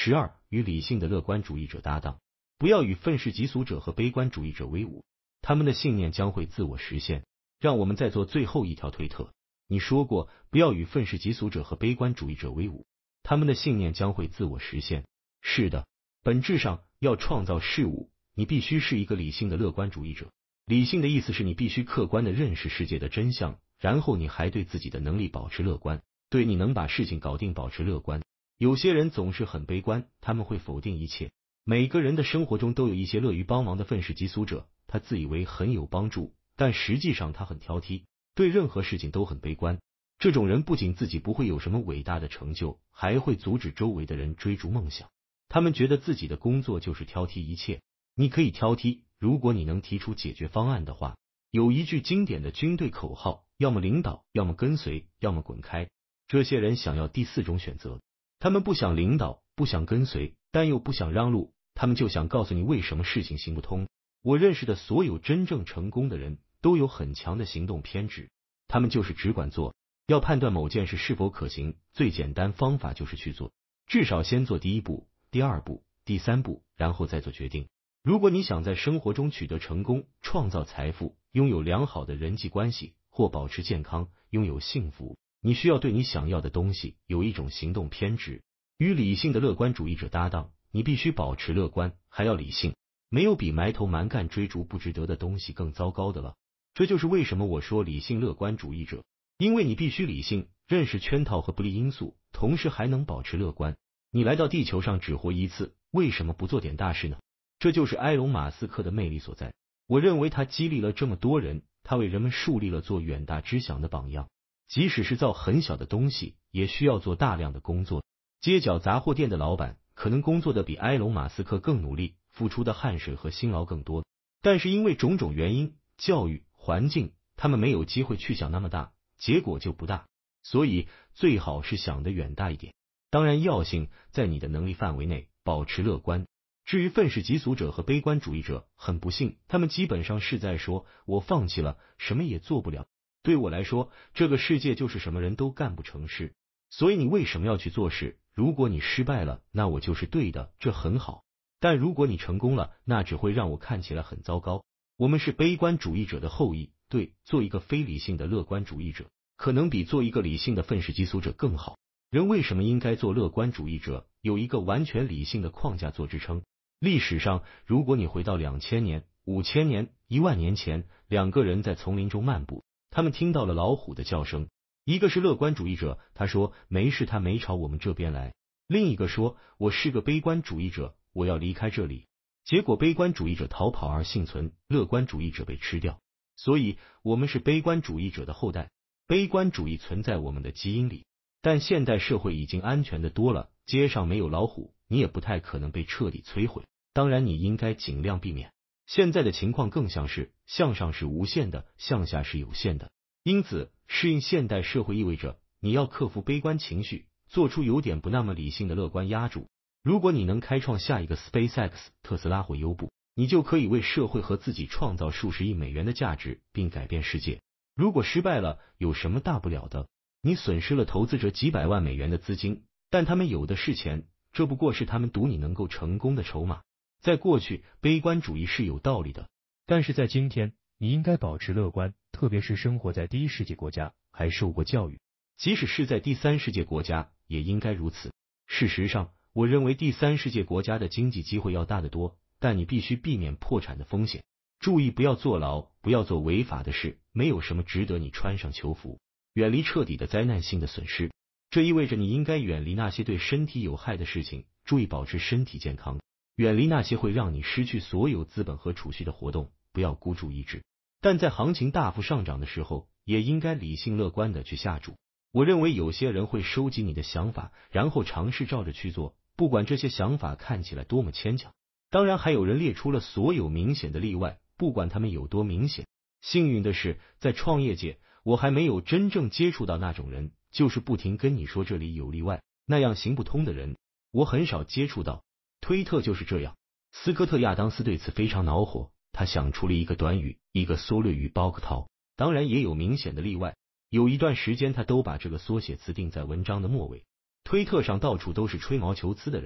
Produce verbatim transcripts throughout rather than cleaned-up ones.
十二，与理性的乐观主义者搭档，不要与愤世嫉俗者和悲观主义者为伍，他们的信念将会自我实现。让我们再做最后一条推特。你说过，不要与愤世嫉俗者和悲观主义者为伍，他们的信念将会自我实现。是的，本质上要创造事物，你必须是一个理性的乐观主义者。理性的意思是你必须客观地认识世界的真相，然后你还对自己的能力保持乐观，对你能把事情搞定保持乐观。有些人总是很悲观，他们会否定一切。每个人的生活中都有一些乐于帮忙的愤世嫉俗者，他自以为很有帮助，但实际上他很挑剔，对任何事情都很悲观。这种人不仅自己不会有什么伟大的成就，还会阻止周围的人追逐梦想。他们觉得自己的工作就是挑剔一切。你可以挑剔，如果你能提出解决方案的话。有一句经典的军队口号，要么领导，要么跟随，要么滚开。这些人想要第四种选择，他们不想领导，不想跟随，但又不想让路，他们就想告诉你为什么事情行不通。我认识的所有真正成功的人都有很强的行动偏执，他们就是只管做。要判断某件事是否可行，最简单方法就是去做，至少先做第一步、第二步、第三步，然后再做决定。如果你想在生活中取得成功，创造财富，拥有良好的人际关系，或保持健康，拥有幸福，你需要对你想要的东西有一种行动偏执。与理性的乐观主义者搭档，你必须保持乐观，还要理性。没有比埋头蛮干追逐不值得的东西更糟糕的了。这就是为什么我说理性乐观主义者，因为你必须理性，认识圈套和不利因素，同时还能保持乐观。你来到地球上只活一次，为什么不做点大事呢？这就是埃隆·马斯克的魅力所在。我认为他激励了这么多人，他为人们树立了做远大知想的榜样。即使是造很小的东西，也需要做大量的工作。街角杂货店的老板可能工作的比埃隆·马斯克更努力，付出的汗水和辛劳更多，但是因为种种原因，教育、环境，他们没有机会去想那么大，结果就不大。所以最好是想得远大一点，当然要性在你的能力范围内，保持乐观。至于愤世嫉俗者和悲观主义者，很不幸，他们基本上是在说，我放弃了，什么也做不了。对我来说，这个世界就是什么人都干不成事。所以你为什么要去做事？如果你失败了，那我就是对的，这很好。但如果你成功了，那只会让我看起来很糟糕。我们是悲观主义者的后裔，对，做一个非理性的乐观主义者，可能比做一个理性的愤世嫉俗者更好。人为什么应该做乐观主义者？有一个完全理性的框架做支撑。历史上，如果你回到两千年、五千年、一万年前，两个人在丛林中漫步，他们听到了老虎的叫声。一个是乐观主义者，他说没事，他没朝我们这边来。另一个说，我是个悲观主义者，我要离开这里。结果悲观主义者逃跑而幸存，乐观主义者被吃掉。所以我们是悲观主义者的后代，悲观主义存在我们的基因里。但现代社会已经安全的多了，街上没有老虎，你也不太可能被彻底摧毁。当然你应该尽量避免。现在的情况更像是向上是无限的，向下是有限的。因此适应现代社会意味着你要克服悲观情绪，做出有点不那么理性的乐观压住。如果你能开创下一个 SpaceX、特斯拉或优步，你就可以为社会和自己创造数十亿美元的价值，并改变世界。如果失败了，有什么大不了的？你损失了投资者几百万美元的资金，但他们有的是钱，这不过是他们赌你能够成功的筹码。在过去，悲观主义是有道理的， 但是在今天，你应该保持乐观，特别是生活在第一世界国家，还受过教育。 即使是在第三世界国家，也应该如此。事实上，我认为第三世界国家的经济机会要大得多，但你必须避免破产的风险。注意不要坐牢，不要做违法的事，没有什么值得你穿上囚服。远离彻底的灾难性的损失，这意味着你应该远离那些对身体有害的事情，注意保持身体健康。远离那些会让你失去所有资本和储蓄的活动，不要孤注一掷。但在行情大幅上涨的时候，也应该理性乐观的去下注。我认为有些人会收集你的想法，然后尝试照着去做，不管这些想法看起来多么牵强。当然还有人列出了所有明显的例外，不管他们有多明显。幸运的是，在创业界，我还没有真正接触到那种人，就是不停跟你说这里有例外，那样行不通的人，我很少接触到。推特就是这样。斯科特·亚当斯对此非常恼火，他想出了一个短语，一个缩略语 bulk talk， 当然也有明显的例外。有一段时间他都把这个缩写词定在文章的末尾。推特上到处都是吹毛求疵的人，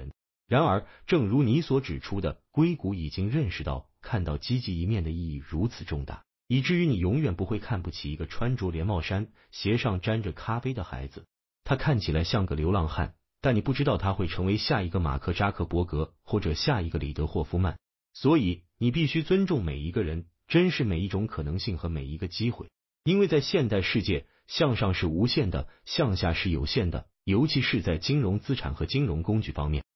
然而，正如你所指出的，硅谷已经认识到看到积极一面的意义如此重大，以至于你永远不会看不起一个穿着连帽衫、鞋上沾着咖啡的孩子。他看起来像个流浪汉，但你不知道他会成为下一个马克扎克伯格或者下一个李德霍夫曼。所以，你必须尊重每一个人，珍视每一种可能性和每一个机会，因为在现代世界，向上是无限的，向下是有限的，尤其是在金融资产和金融工具方面。